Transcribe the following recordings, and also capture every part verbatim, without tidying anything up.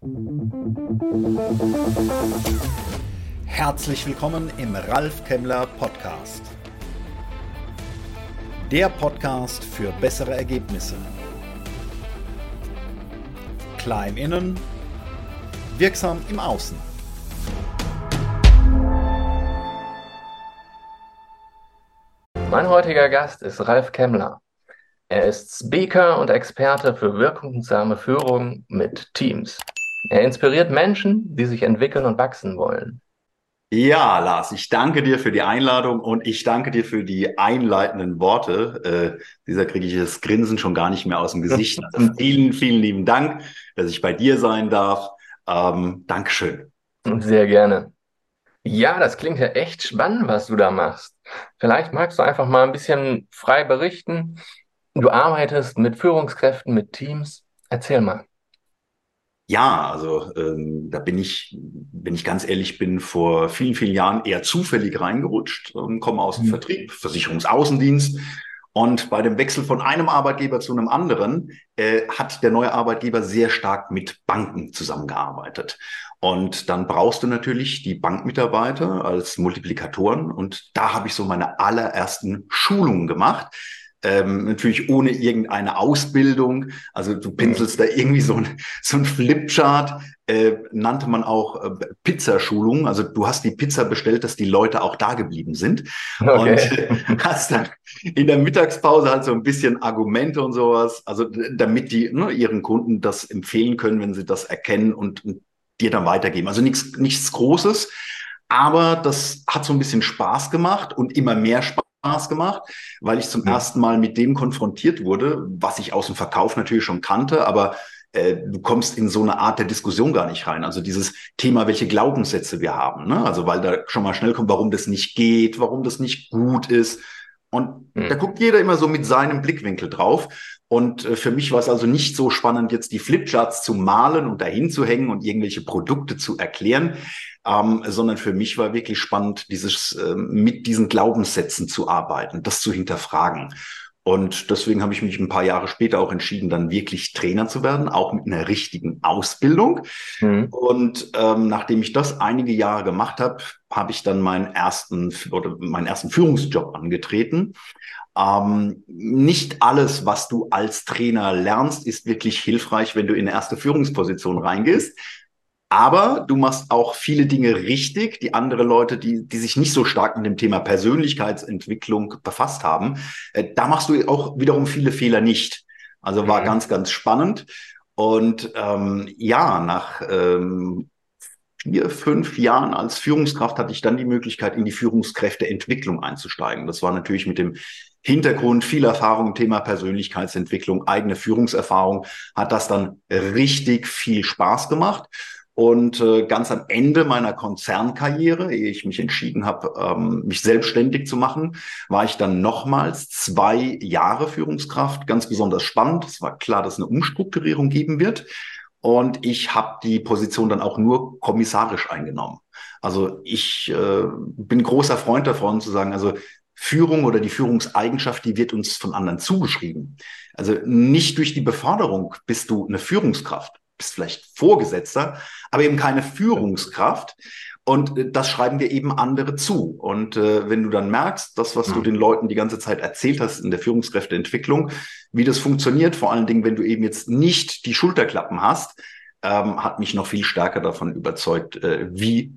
Herzlich willkommen im Ralf Kemmler Podcast. Der Podcast für bessere Ergebnisse. Klein innen, wirksam im Außen. Mein heutiger Gast ist Ralf Kemmler. Er ist Speaker und Experte für wirksame Führung mit Teams. Er inspiriert Menschen, die sich entwickeln und wachsen wollen. Ja, Lars, ich danke dir für die Einladung und ich danke dir für die einleitenden Worte. Äh, dieser kriege ich das Grinsen schon gar nicht mehr aus dem Gesicht. Also vielen, vielen lieben Dank, dass ich bei dir sein darf. Ähm, Dankeschön. Sehr gerne. Ja, das klingt ja echt spannend, was du da machst. Vielleicht magst du einfach mal ein bisschen frei berichten. Du arbeitest mit Führungskräften, mit Teams. Erzähl mal. Ja, also ähm, da bin ich, wenn ich ganz ehrlich bin, vor vielen, vielen Jahren eher zufällig reingerutscht, ähm, komme aus dem Mhm. Vertrieb, Versicherungsaußendienst. Und bei dem Wechsel von einem Arbeitgeber zu einem anderen äh, hat der neue Arbeitgeber sehr stark mit Banken zusammengearbeitet. Und dann brauchst du natürlich die Bankmitarbeiter als Multiplikatoren. Und da habe ich so meine allerersten Schulungen gemacht. Ähm, natürlich ohne irgendeine Ausbildung. Also du pinselst da irgendwie so ein, so ein Flipchart, äh, nannte man auch äh, Pizzaschulung. Also du hast die Pizza bestellt, dass die Leute auch da geblieben sind. Und Okay. äh, hast dann in der Mittagspause halt so ein bisschen Argumente und sowas. Also d- damit die ne, ihren Kunden das empfehlen können, wenn sie das erkennen und, und dir dann weitergeben. Also nichts, nichts Großes. Aber das hat so ein bisschen Spaß gemacht und immer mehr Spaß gemacht, weil ich zum Mhm. ersten Mal mit dem konfrontiert wurde, was ich aus dem Verkauf natürlich schon kannte, aber äh, du kommst in so eine Art der Diskussion gar nicht rein. Also dieses Thema, welche Glaubenssätze wir haben, ne? Also weil da schon mal schnell kommt, warum das nicht geht, warum das nicht gut ist. Und da Mhm. guckt jeder immer so mit seinem Blickwinkel drauf. Und äh, für mich war es also nicht so spannend, jetzt die Flipcharts zu malen und dahin zu hängen und irgendwelche Produkte zu erklären, ähm, sondern für mich war wirklich spannend, dieses äh, mit diesen Glaubenssätzen zu arbeiten, das zu hinterfragen. Und deswegen habe ich mich ein paar Jahre später auch entschieden, dann wirklich Trainer zu werden, auch mit einer richtigen Ausbildung. Mhm. Und ähm, nachdem ich das einige Jahre gemacht habe, habe ich dann meinen ersten oder meinen ersten Führungsjob angetreten. Ähm, nicht alles, was du als Trainer lernst, ist wirklich hilfreich, wenn du in eine erste Führungsposition reingehst. Aber du machst auch viele Dinge richtig, die andere Leute, die, die sich nicht so stark mit dem Thema Persönlichkeitsentwicklung befasst haben, äh, da machst du auch wiederum viele Fehler nicht. Also war Mhm. ganz, ganz spannend. Und ähm, ja, nach ähm, vier, fünf Jahren als Führungskraft hatte ich dann die Möglichkeit, in die Führungskräfteentwicklung einzusteigen. Das war natürlich mit dem Hintergrund, viel Erfahrung im Thema Persönlichkeitsentwicklung, eigene Führungserfahrung, hat das dann richtig viel Spaß gemacht. Und äh, ganz am Ende meiner Konzernkarriere, ehe ich mich entschieden habe, ähm, mich selbstständig zu machen, war ich dann nochmals zwei Jahre Führungskraft. Ganz besonders spannend. Es war klar, dass es eine Umstrukturierung geben wird. Und ich habe die Position dann auch nur kommissarisch eingenommen. Also ich äh, bin großer Freund davon zu sagen, also Führung oder die Führungseigenschaft, die wird uns von anderen zugeschrieben. Also nicht durch die Beförderung bist du eine Führungskraft, bist vielleicht Vorgesetzter, aber eben keine Führungskraft. Und äh, das schreiben wir eben andere zu. Und äh, wenn du dann merkst, das, was du Mhm. den Leuten die ganze Zeit erzählt hast in der Führungskräfteentwicklung, wie das funktioniert, vor allen Dingen, wenn du eben jetzt nicht die Schulterklappen hast, ähm, hat mich noch viel stärker davon überzeugt, äh, wie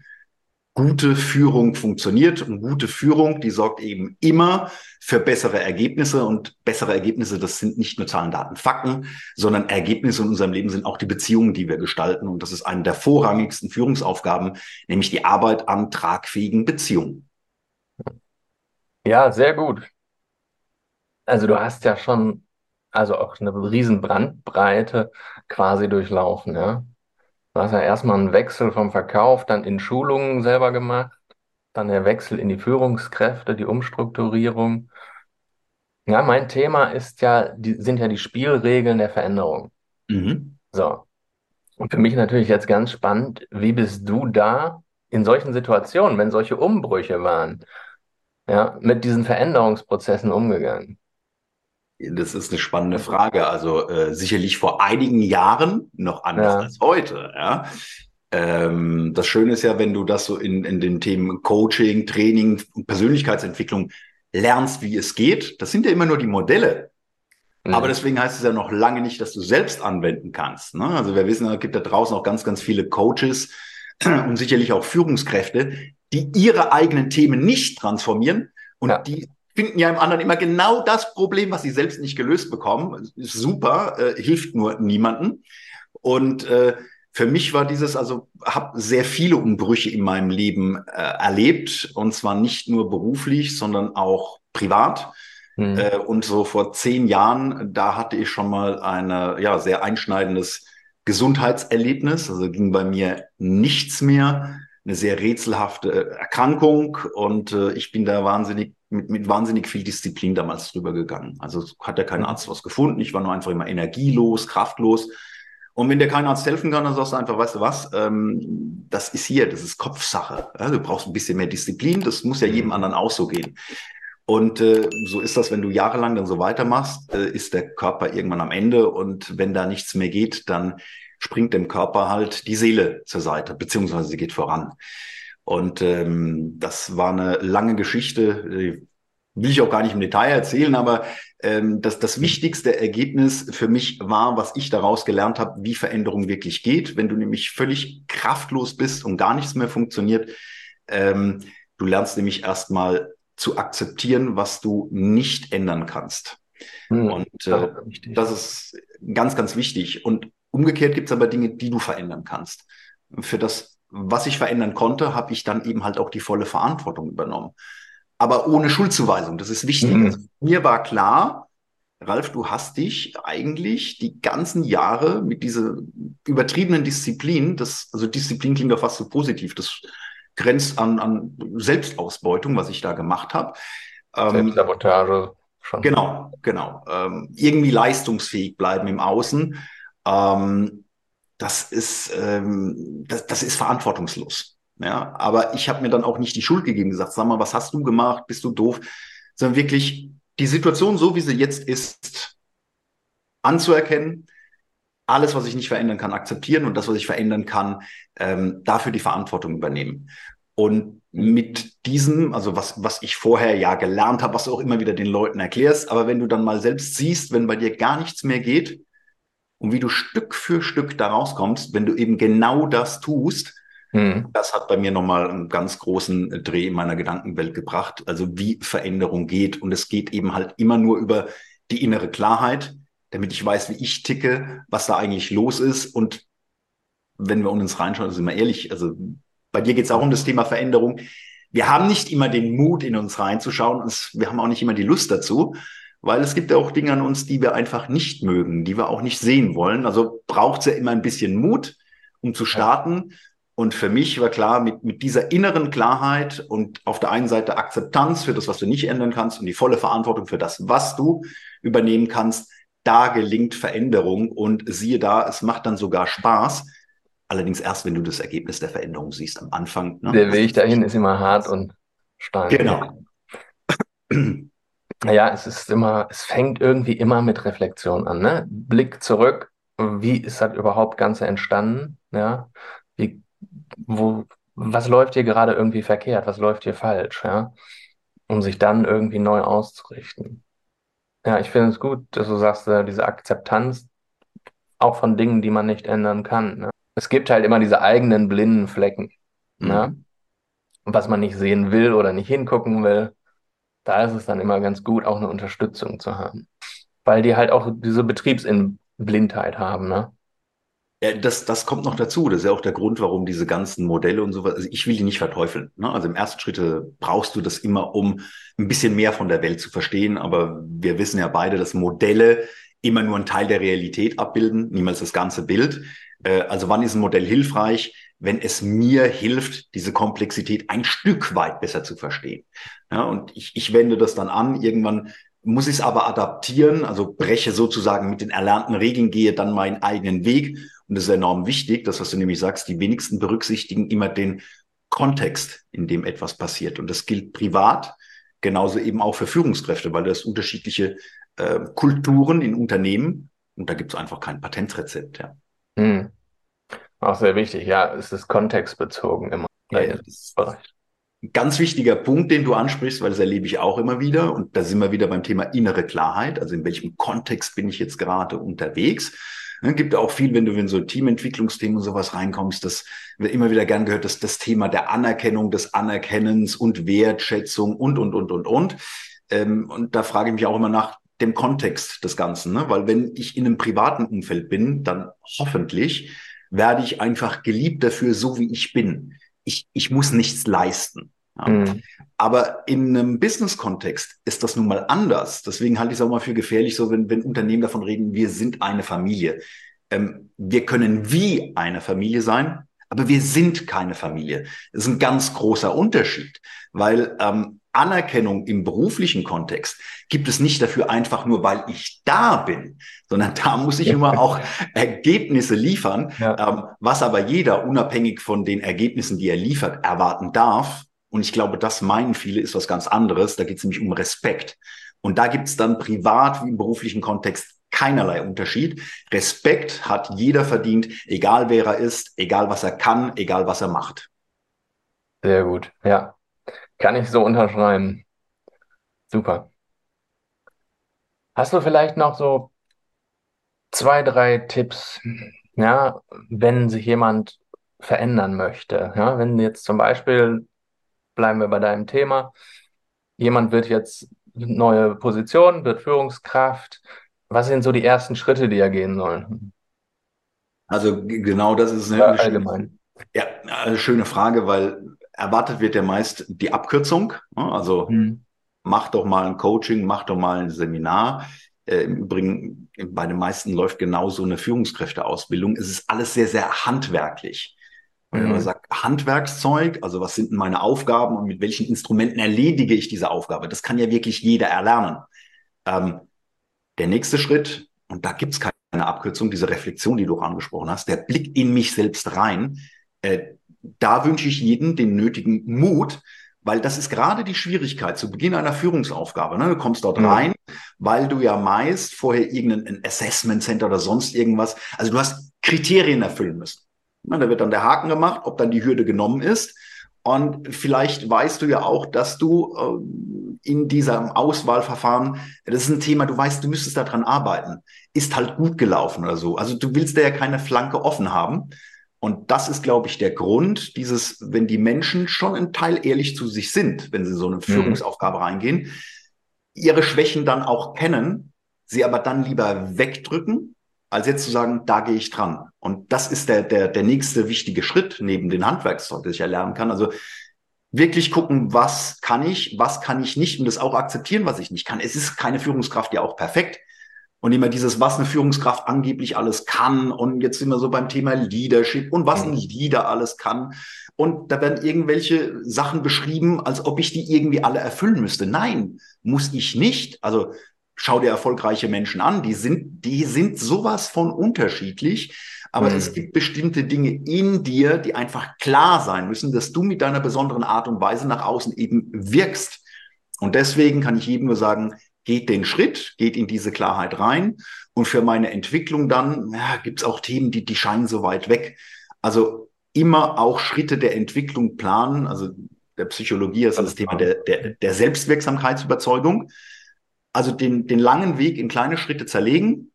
gute Führung funktioniert. Und gute Führung, die sorgt eben immer für bessere Ergebnisse. Und bessere Ergebnisse, das sind nicht nur Zahlen, Daten, Fakten, sondern Ergebnisse in unserem Leben sind auch die Beziehungen, die wir gestalten. Und das ist eine der vorrangigsten Führungsaufgaben, nämlich die Arbeit an tragfähigen Beziehungen. Ja, sehr gut. Also du hast ja schon, also auch eine riesen Bandbreite quasi durchlaufen, ja. Du hast ja erstmal einen Wechsel vom Verkauf, dann in Schulungen selber gemacht, dann der Wechsel in die Führungskräfte, die Umstrukturierung. Ja, mein Thema ist ja, die, sind ja die Spielregeln der Veränderung. Mhm. So. Und für mich natürlich jetzt ganz spannend, wie bist du da in solchen Situationen, wenn solche Umbrüche waren, ja, mit diesen Veränderungsprozessen umgegangen? Das ist eine spannende Frage. Also äh, sicherlich vor einigen Jahren noch anders Ja, als heute. Ja. Ähm, das Schöne ist ja, wenn du das so in, in den Themen Coaching, Training und Persönlichkeitsentwicklung lernst, wie es geht. Das sind ja immer nur die Modelle. Aber mhm. deswegen heißt es ja noch lange nicht, dass du selbst anwenden kannst. Ne? Also wir wissen, es gibt da draußen auch ganz, ganz viele Coaches und sicherlich auch Führungskräfte, die ihre eigenen Themen nicht transformieren und Ja, die finden ja im anderen immer genau das Problem, was sie selbst nicht gelöst bekommen. Ist super, äh, hilft nur niemanden. Und äh, für mich war dieses, also habe sehr viele Umbrüche in meinem Leben äh, erlebt und zwar nicht nur beruflich, sondern auch privat. mhm. Äh, und so vor zehn Jahren, da hatte ich schon mal eine, ja, sehr einschneidendes Gesundheitserlebnis. Also ging bei mir nichts mehr, eine sehr rätselhafte Erkrankung und äh, ich bin da wahnsinnig mit, mit wahnsinnig viel Disziplin damals drüber gegangen. Also es hat ja kein Mhm. Arzt was gefunden. Ich war nur einfach immer energielos, kraftlos. Und wenn dir kein Arzt helfen kann, dann sagst du einfach, weißt du was, ähm, das ist hier, das ist Kopfsache. Ja, du brauchst ein bisschen mehr Disziplin, das muss ja jedem Mhm. anderen auch so gehen. Und äh, so ist das, wenn du jahrelang dann so weitermachst, äh, ist der Körper irgendwann am Ende und wenn da nichts mehr geht, dann springt dem Körper halt die Seele zur Seite, beziehungsweise sie geht voran. Und ähm, das war eine lange Geschichte, die will ich auch gar nicht im Detail erzählen, aber ähm, das, das wichtigste Ergebnis für mich war, was ich daraus gelernt habe, wie Veränderung wirklich geht. Wenn du nämlich völlig kraftlos bist und gar nichts mehr funktioniert, ähm, du lernst nämlich erstmal zu akzeptieren, was du nicht ändern kannst. Mhm. Und äh, Ja, richtig. das ist ganz, ganz wichtig. Und umgekehrt gibt es aber Dinge, die du verändern kannst. Für das, was ich verändern konnte, habe ich dann eben halt auch die volle Verantwortung übernommen. Aber ohne Schuldzuweisung, das ist wichtig. Also Mhm. mir war klar, Ralf, du hast dich eigentlich die ganzen Jahre mit dieser übertriebenen Disziplin, das, also Disziplin klingt ja fast so positiv, das grenzt an, an Selbstausbeutung, was ich da gemacht habe. Ähm, Selbstsabotage schon. genau, genau. Ähm, irgendwie leistungsfähig bleiben im Außen. Ähm, das ist, ähm, das, das ist verantwortungslos. Ja, aber ich habe mir dann auch nicht die Schuld gegeben, gesagt, sag mal, was hast du gemacht? Bist du doof? Sondern wirklich die Situation, so wie sie jetzt ist, anzuerkennen, alles, was ich nicht verändern kann, akzeptieren und das, was ich verändern kann, ähm, dafür die Verantwortung übernehmen. Und mit diesem, also was, was ich vorher ja gelernt habe, was du auch immer wieder den Leuten erklärst, aber wenn du dann mal selbst siehst, wenn bei dir gar nichts mehr geht und wie du Stück für Stück da rauskommst, wenn du eben genau das tust, Mhm. das hat bei mir nochmal einen ganz großen Dreh in meiner Gedankenwelt gebracht. Also wie Veränderung geht. Und es geht eben halt immer nur über die innere Klarheit, damit ich weiß, wie ich ticke, was da eigentlich los ist. Und wenn wir uns reinschauen, sind wir ehrlich, also bei dir geht es auch um das Thema Veränderung. Wir haben nicht immer den Mut, in uns reinzuschauen. Und wir haben auch nicht immer die Lust dazu, weil es gibt ja auch Dinge an uns, die wir einfach nicht mögen, die wir auch nicht sehen wollen. Also braucht es ja immer ein bisschen Mut, um zu Ja. starten. Und für mich war klar, mit, mit dieser inneren Klarheit und auf der einen Seite Akzeptanz für das, was du nicht ändern kannst und die volle Verantwortung für das, was du übernehmen kannst, da gelingt Veränderung und siehe da, es macht dann sogar Spaß. Allerdings erst, wenn du das Ergebnis der Veränderung siehst am Anfang. Ne? Der Das Weg ist dahin nicht ist immer hart und steinig. genau. Ja, es ist immer, es fängt irgendwie immer mit Reflexion an, ne? Blick zurück, wie ist das überhaupt Ganze entstanden? Ja, wie, wo, was läuft hier gerade irgendwie verkehrt? Was läuft hier falsch? Ja, um sich dann irgendwie neu auszurichten. Ja, ich finde es gut, dass du sagst, äh, diese Akzeptanz auch von Dingen, die man nicht ändern kann, ne? Es gibt halt immer diese eigenen blinden Flecken, ne? Mhm. Was man nicht sehen will oder nicht hingucken will. Da ist es dann immer ganz gut, auch eine Unterstützung zu haben. Weil die halt auch diese Betriebsblindheit haben, ne? Ja, das, das kommt noch dazu. Das ist ja auch der Grund, warum diese ganzen Modelle und sowas, also ich will die nicht verteufeln. Ne? Also im ersten Schritt äh, brauchst du das immer, um ein bisschen mehr von der Welt zu verstehen. Aber wir wissen ja beide, dass Modelle immer nur einen Teil der Realität abbilden, niemals das ganze Bild. Äh, also wann ist ein Modell hilfreich? Wenn es mir hilft, diese Komplexität ein Stück weit besser zu verstehen. Ja, und ich, ich wende das dann an. Irgendwann muss ich es aber adaptieren, also breche sozusagen mit den erlernten Regeln, gehe dann meinen eigenen Weg. Und das ist enorm wichtig, das, was du nämlich sagst, die wenigsten berücksichtigen immer den Kontext, in dem etwas passiert. Und das gilt privat, genauso eben auch für Führungskräfte, weil du hast unterschiedliche äh, Kulturen in Unternehmen. Und da gibt es einfach kein Patentrezept. Ja. Hm. Auch sehr wichtig. Ja, es ist kontextbezogen im Ja, ja, das Bereich. ein ganz wichtiger Punkt, den du ansprichst, weil das erlebe ich auch immer wieder. Und da sind wir wieder beim Thema innere Klarheit. Also in welchem Kontext bin ich jetzt gerade unterwegs? Es gibt auch viel, wenn du in so Teamentwicklungsthemen und sowas reinkommst, das wird immer wieder gern gehört, dass das Thema der Anerkennung, des Anerkennens und Wertschätzung und, und, und, und, und. Ähm, und da frage ich mich auch immer nach dem Kontext des Ganzen, ne? Weil wenn ich in einem privaten Umfeld bin, dann hoffentlich werde ich einfach geliebt dafür, so wie ich bin. Ich, ich muss nichts leisten. Ja. Hm. Aber in einem Business-Kontext ist das nun mal anders. Deswegen halte ich es auch mal für gefährlich, so wenn, wenn Unternehmen davon reden, wir sind eine Familie. Ähm, wir können wie eine Familie sein, aber wir sind keine Familie. Das ist ein ganz großer Unterschied, weil ähm, Anerkennung im beruflichen Kontext gibt es nicht dafür einfach nur, weil ich da bin, sondern da muss ich immer auch Ergebnisse liefern, Ja. ähm, was aber jeder unabhängig von den Ergebnissen, die er liefert, erwarten darf. Und ich glaube, das meinen viele, ist was ganz anderes. Da geht es nämlich um Respekt. Und da gibt es dann privat wie im beruflichen Kontext keinerlei Unterschied. Respekt hat jeder verdient, egal wer er ist, egal was er kann, egal was er macht. Sehr gut. Ja, kann ich so unterschreiben. Super. Hast du vielleicht noch so zwei, drei Tipps, ja, wenn sich jemand verändern möchte? Ja, wenn jetzt zum Beispiel, bleiben wir bei deinem Thema, jemand wird jetzt neue Position, wird Führungskraft. Was sind so die ersten Schritte, die er gehen soll? Also g- genau das ist eine, Oder eine schöne, allgemein. ja, eine schöne Frage, weil erwartet wird ja meist die Abkürzung. Ne? Also Hm. mach doch mal ein Coaching, mach doch mal ein Seminar. Äh, Im Übrigen, bei den meisten läuft genau so eine Führungskräfteausbildung. Es ist alles sehr, sehr handwerklich. Und wenn man Hm. sagt Handwerkszeug, also was sind denn meine Aufgaben und mit welchen Instrumenten erledige ich diese Aufgabe, das kann ja wirklich jeder erlernen. Ähm, der nächste Schritt, und da gibt es keine Abkürzung, diese Reflexion, die du angesprochen hast, der Blick in mich selbst rein, äh, da wünsche ich jedem den nötigen Mut, weil das ist gerade die Schwierigkeit zu Beginn einer Führungsaufgabe. Ne? Du kommst dort Hm. rein, weil du ja meist vorher irgendein Assessment Center oder sonst irgendwas, also du hast Kriterien erfüllen müssen. Na, da wird dann der Haken gemacht, ob dann die Hürde genommen ist. Und vielleicht weißt du ja auch, dass du äh, in diesem Auswahlverfahren, das ist ein Thema, du weißt, du müsstest daran arbeiten, ist halt gut gelaufen oder so. Also du willst da ja keine Flanke offen haben. Und das ist, glaube ich, der Grund, dieses, wenn die Menschen schon ein Teil ehrlich zu sich sind, wenn sie in so eine Hm. Führungsaufgabe reingehen, ihre Schwächen dann auch kennen, sie aber dann lieber wegdrücken, als jetzt zu sagen, da gehe ich dran. Und das ist der, der, der nächste wichtige Schritt neben den Handwerkszeug, das ich erlernen kann. Also wirklich gucken, was kann ich, was kann ich nicht und das auch akzeptieren, was ich nicht kann. Es ist keine Führungskraft ja auch perfekt. Und immer dieses, was eine Führungskraft angeblich alles kann. Und jetzt sind wir so beim Thema Leadership und was ein Hm. Leader alles kann. Und da werden irgendwelche Sachen beschrieben, als ob ich die irgendwie alle erfüllen müsste. Nein, muss ich nicht. Also schau dir erfolgreiche Menschen an. Die sind, die sind sowas von unterschiedlich. Aber es Hm. gibt bestimmte Dinge in dir, die einfach klar sein müssen, dass du mit deiner besonderen Art und Weise nach außen eben wirkst. Und deswegen kann ich jedem nur sagen, geht den Schritt, geht in diese Klarheit rein. Und für meine Entwicklung dann ja, gibt es auch Themen, die, die scheinen so weit weg. Also immer auch Schritte der Entwicklung planen. Also der Psychologie ist das Thema der, der, der Selbstwirksamkeitsüberzeugung. Also den, den langen Weg in kleine Schritte zerlegen.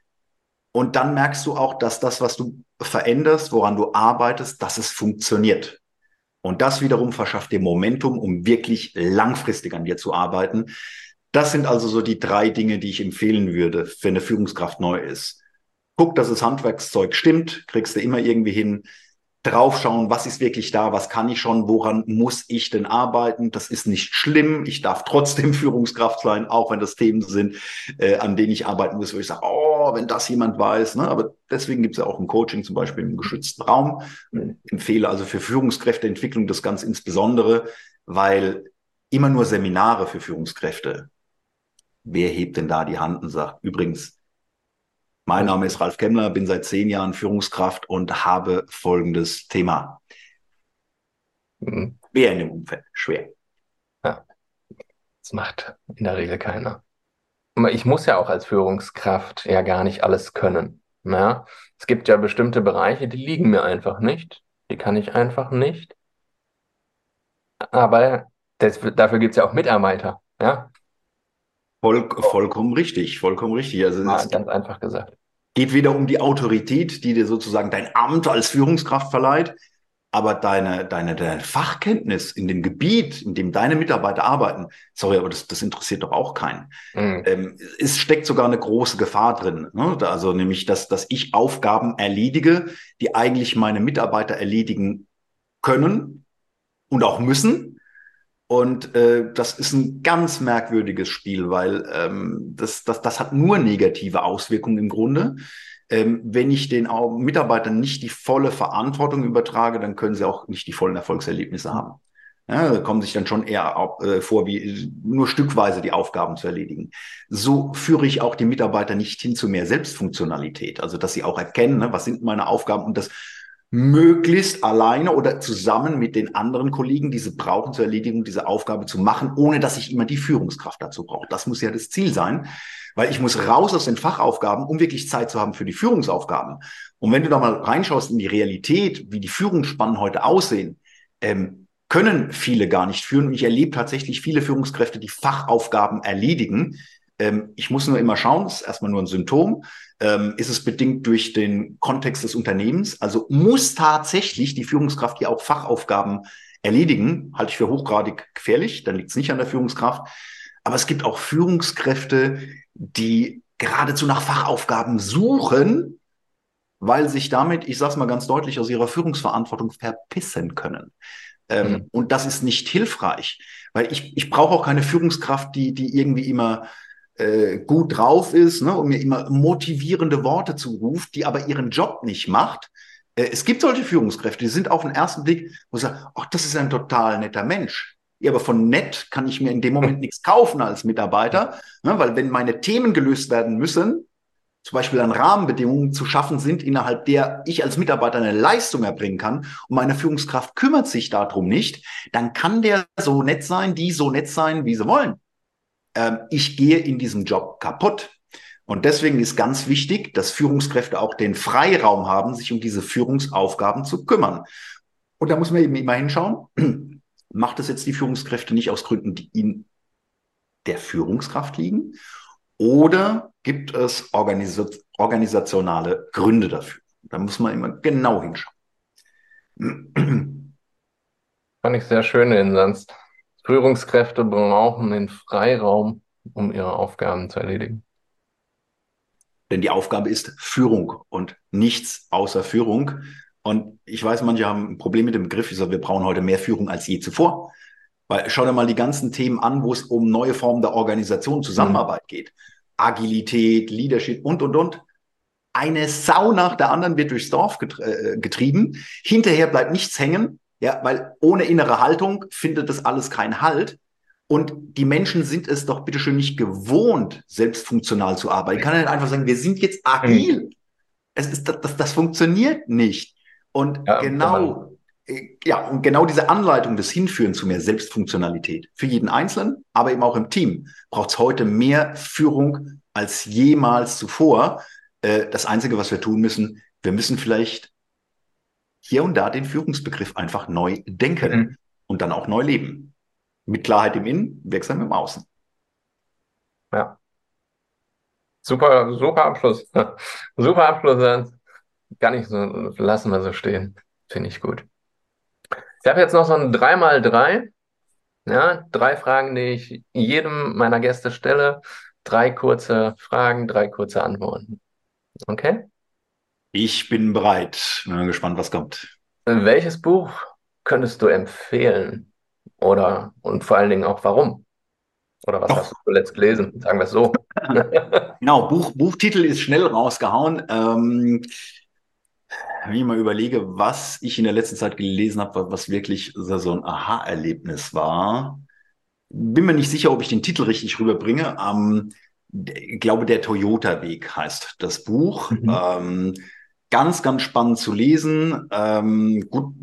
Und dann merkst du auch, dass das, was du veränderst, woran du arbeitest, dass es funktioniert. Und das wiederum verschafft dir Momentum, um wirklich langfristig an dir zu arbeiten. Das sind also so die drei Dinge, die ich empfehlen würde, wenn eine Führungskraft neu ist. Guck, dass das Handwerkszeug stimmt, kriegst du immer irgendwie hin. Draufschauen, was ist wirklich da, was kann ich schon, woran muss ich denn arbeiten? Das ist nicht schlimm. Ich darf trotzdem Führungskraft sein, auch wenn das Themen sind, äh, an denen ich arbeiten muss, wo ich sage, oh, wenn das jemand weiß. Ne? Aber deswegen gibt es ja auch ein Coaching, zum Beispiel im geschützten Raum. Hm. Ich empfehle also für Führungskräfteentwicklung das ganz insbesondere, weil immer nur Seminare für Führungskräfte. Wer hebt denn da die Hand und sagt, übrigens, mein Name ist Ralf Kemmler, bin seit zehn Jahren Führungskraft und habe folgendes Thema. Hm. Wer in dem Umfeld? Schwer. Ja, das macht in der Regel keiner. Ich muss ja auch als Führungskraft ja gar nicht alles können. Ja? Es gibt ja bestimmte Bereiche, die liegen mir einfach nicht. Die kann ich einfach nicht. Aber das, dafür gibt es ja auch Mitarbeiter. Ja? Voll, vollkommen richtig, vollkommen richtig. Also Mal es ganz einfach gesagt. geht weder um die Autorität, die dir sozusagen dein Amt als Führungskraft verleiht, aber deine, deine, deine Fachkenntnis in dem Gebiet, in dem deine Mitarbeiter arbeiten, sorry, aber das, das interessiert doch auch keinen. Mhm. Ähm, es steckt sogar eine große Gefahr drin. Ne? Da- Also nämlich, dass, dass ich Aufgaben erledige, die eigentlich meine Mitarbeiter erledigen können und auch müssen. Und äh, das ist ein ganz merkwürdiges Spiel, weil ähm, das, das, das hat nur negative Auswirkungen im Grunde. Ähm, wenn ich den Au- Mitarbeitern nicht die volle Verantwortung übertrage, dann können sie auch nicht die vollen Erfolgserlebnisse haben. Ja, da kommen sich dann schon eher au- äh, vor, wie nur stückweise die Aufgaben zu erledigen. So führe ich auch die Mitarbeiter nicht hin zu mehr Selbstfunktionalität, also dass sie auch erkennen, ne, was sind meine Aufgaben und das möglichst alleine oder zusammen mit den anderen Kollegen, die sie brauchen zur Erledigung dieser Aufgabe zu machen, ohne dass ich immer die Führungskraft dazu brauche. Das muss ja das Ziel sein, weil ich muss raus aus den Fachaufgaben, um wirklich Zeit zu haben für die Führungsaufgaben. Und wenn du da mal reinschaust in die Realität, wie die Führungsspannen heute aussehen, ähm, können viele gar nicht führen. Und ich erlebe tatsächlich viele Führungskräfte, die Fachaufgaben erledigen. Ähm, ich muss nur immer schauen, das ist erstmal nur ein Symptom. Ähm, ist es bedingt durch den Kontext des Unternehmens? Also muss tatsächlich die Führungskraft hier auch Fachaufgaben erledigen? Halte ich für hochgradig gefährlich, dann liegt es nicht an der Führungskraft. Aber es gibt auch Führungskräfte, die geradezu nach Fachaufgaben suchen, weil sich damit, ich sage es mal ganz deutlich, aus ihrer Führungsverantwortung verpissen können. Ähm, Mhm. und das ist nicht hilfreich, weil ich, ich brauche auch keine Führungskraft, die, die irgendwie immer äh, gut drauf ist, ne, und mir immer motivierende Worte zuruft, die aber ihren Job nicht macht. Äh, es gibt solche Führungskräfte, die sind auf den ersten Blick, wo ich sage, ach, das ist ein total netter Mensch. Ja, aber von nett kann ich mir in dem Moment nichts kaufen als Mitarbeiter, ne, weil wenn meine Themen gelöst werden müssen, zum Beispiel an Rahmenbedingungen zu schaffen sind, innerhalb der ich als Mitarbeiter eine Leistung erbringen kann und meine Führungskraft kümmert sich darum nicht, dann kann der so nett sein, die so nett sein, wie sie wollen. Ähm, ich gehe in diesem Job kaputt. Und deswegen ist ganz wichtig, dass Führungskräfte auch den Freiraum haben, sich um diese Führungsaufgaben zu kümmern. Und da muss man eben immer hinschauen, macht es jetzt die Führungskräfte nicht aus Gründen, die in der Führungskraft liegen? Oder gibt es organisa organisationale Gründe dafür? Da muss man immer genau hinschauen. Fand ich sehr schön den Satz. Führungskräfte brauchen den Freiraum, um ihre Aufgaben zu erledigen. Denn die Aufgabe ist Führung und nichts außer Führung. Und ich weiß, manche haben ein Problem mit dem Begriff. Ich sage, wir brauchen heute mehr Führung als je zuvor. Weil schau dir mal die ganzen Themen an, wo es um neue Formen der Organisation, Mhm. Zusammenarbeit geht. Agilität, Leadership und, und, und. Eine Sau nach der anderen wird durchs Dorf getr- äh, getrieben. Hinterher bleibt nichts hängen, ja, weil ohne innere Haltung findet das alles keinen Halt. Und die Menschen sind es doch bitteschön nicht gewohnt, selbst funktional zu arbeiten. Ich kann ja nicht einfach sagen, wir sind jetzt Mhm. agil. Es ist, das, das, das funktioniert nicht. Und Ja, wenn man, genau, äh, ja, und genau diese Anleitung des Hinführen zu mehr Selbstfunktionalität für jeden Einzelnen, aber eben auch im Team, braucht es heute mehr Führung als jemals zuvor. Äh, das Einzige, was wir tun müssen, wir müssen vielleicht hier und da den Führungsbegriff einfach neu denken Mhm. und dann auch neu leben. Mit Klarheit im Innen, wirksam im Außen. Ja, super, super Abschluss. Super Abschlusssatz. Kann ich so, lassen wir so stehen. Finde ich gut. Ich habe jetzt noch so ein drei mal drei. Ja, drei Fragen, die ich jedem meiner Gäste stelle. Drei kurze Fragen, drei kurze Antworten. Okay? Ich bin bereit. Bin gespannt, was kommt. Welches Buch könntest du empfehlen? Oder, und vor allen Dingen auch warum? Oder was hast du Doch. zuletzt gelesen? Sagen wir es so. Genau, Buch, Buchtitel ist schnell rausgehauen. Ähm, wenn ich mal überlege, was ich in der letzten Zeit gelesen habe, was wirklich so so ein Aha-Erlebnis war, bin mir nicht sicher, ob ich den Titel richtig rüberbringe. Ähm, ich glaube, der Toyota-Weg heißt das Buch. Mhm. Ähm, ganz, ganz spannend zu lesen. Ähm, gut,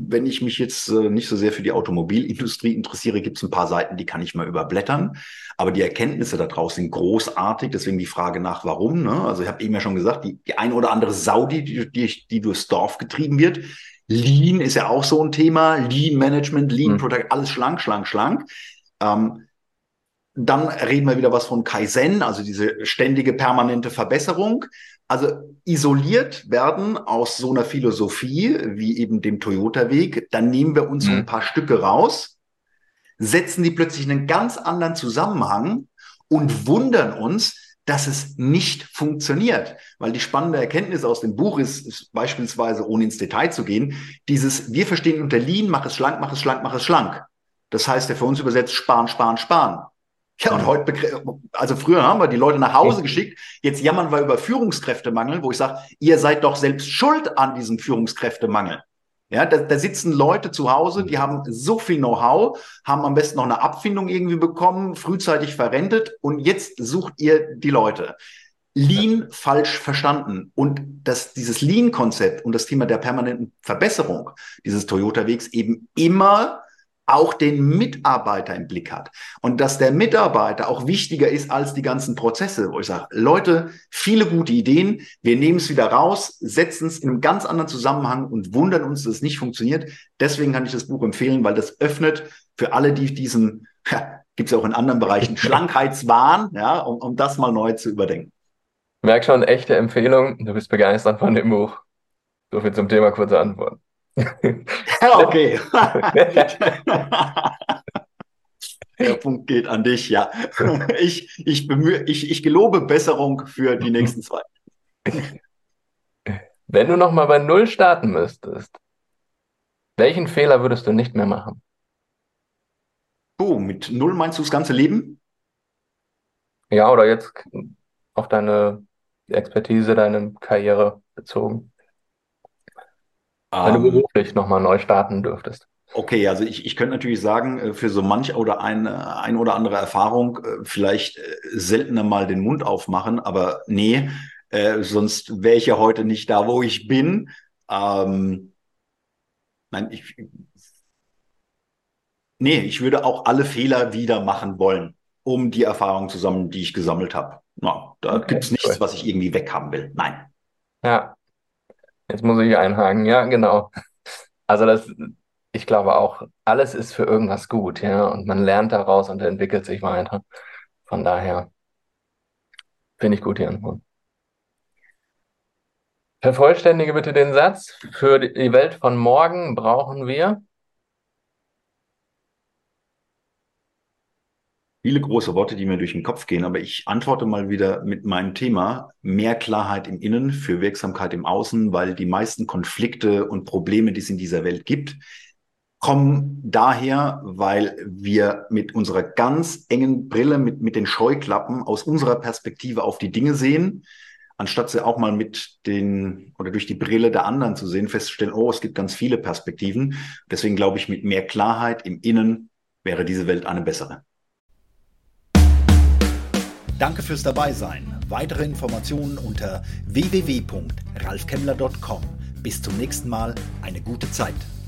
wenn ich mich jetzt äh, nicht so sehr für die Automobilindustrie interessiere, gibt es ein paar Seiten, die kann ich mal überblättern. Aber die Erkenntnisse da draußen sind großartig. Deswegen die Frage nach, warum. Ne? Also ich habe eben ja schon gesagt, die, die eine oder andere Sau, die, die, die durchs Dorf getrieben wird. Lean ist ja auch so ein Thema. Lean Management, Lean Mhm. Product, alles schlank, schlank, schlank. Ähm, Dann reden wir wieder was von Kaizen, also diese ständige, permanente Verbesserung. Also isoliert werden aus so einer Philosophie wie eben dem Toyota-Weg, dann nehmen wir uns so ein Mhm. paar Stücke raus, setzen die plötzlich in einen ganz anderen Zusammenhang und wundern uns, dass es nicht funktioniert. Weil die spannende Erkenntnis aus dem Buch ist, ist beispielsweise, ohne ins Detail zu gehen, dieses, wir verstehen unter Lean, mach es schlank, mach es schlank, mach es schlank. Das heißt ja für uns übersetzt, sparen, sparen, sparen. Ja, und heute, also früher haben wir die Leute nach Hause geschickt, jetzt jammern wir über Führungskräftemangel, wo ich sage, ihr seid doch selbst schuld an diesem Führungskräftemangel. Ja, da, da sitzen Leute zu Hause, die haben so viel Know-how, haben am besten noch eine Abfindung irgendwie bekommen, frühzeitig verrentet und jetzt sucht ihr die Leute. Lean falsch verstanden. Und das, dieses Lean-Konzept und das Thema der permanenten Verbesserung dieses Toyota-Wegs eben immer auch den Mitarbeiter im Blick hat. Und dass der Mitarbeiter auch wichtiger ist als die ganzen Prozesse, wo ich sage, Leute, viele gute Ideen, wir nehmen es wieder raus, setzen es in einem ganz anderen Zusammenhang und wundern uns, dass es nicht funktioniert. Deswegen kann ich das Buch empfehlen, weil das öffnet für alle, die diesen, ja, gibt es auch in anderen Bereichen, Schlankheitswahn, ja, um, um das mal neu zu überdenken. Ich merke schon, echte Empfehlung. Du bist begeistert von dem Buch. So viel zum Thema kurze Antwort. Okay. Der Punkt geht an dich, ja. Ich, ich, bemühe, ich, ich gelobe Besserung für die nächsten zwei. Wenn du nochmal bei Null starten müsstest, welchen Fehler würdest du nicht mehr machen? Oh, mit null meinst du das ganze Leben? Ja, oder jetzt auf deine Expertise, deine Karriere bezogen. Wenn du Ähm, beruflich nochmal neu starten dürftest. okay, also ich, ich könnte natürlich sagen, äh, für so manch oder eine ein oder andere Erfahrung äh, vielleicht äh, seltener mal den Mund aufmachen, aber nee, äh, sonst wäre ich ja heute nicht da, wo ich bin. Ähm, nein, ich, nee, ich würde auch alle Fehler wieder machen wollen, um die Erfahrung zu sammeln, die ich gesammelt habe. Na, da Okay, gibt's nichts, cool. was ich irgendwie weghaben will. Nein. Ja, jetzt muss ich einhaken. Ja, genau. Also das, ich glaube auch, alles ist für irgendwas gut, ja, und man lernt daraus und entwickelt sich weiter. Von daher finde ich gut die Antwort. Vervollständige bitte den Satz. Für die Welt von morgen brauchen wir. Viele große Worte, die mir durch den Kopf gehen, aber ich antworte mal wieder mit meinem Thema mehr Klarheit im Innen für Wirksamkeit im Außen, weil die meisten Konflikte und Probleme, die es in dieser Welt gibt, kommen daher, weil wir mit unserer ganz engen Brille, mit, mit den Scheuklappen aus unserer Perspektive auf die Dinge sehen, anstatt sie auch mal mit den oder durch die Brille der anderen zu sehen, festzustellen, oh, es gibt ganz viele Perspektiven. Deswegen glaube ich, mit mehr Klarheit im Innen wäre diese Welt eine bessere. Danke fürs Dabeisein. Weitere Informationen unter w w w punkt ralf kemmler punkt com. Bis zum nächsten Mal. Eine gute Zeit.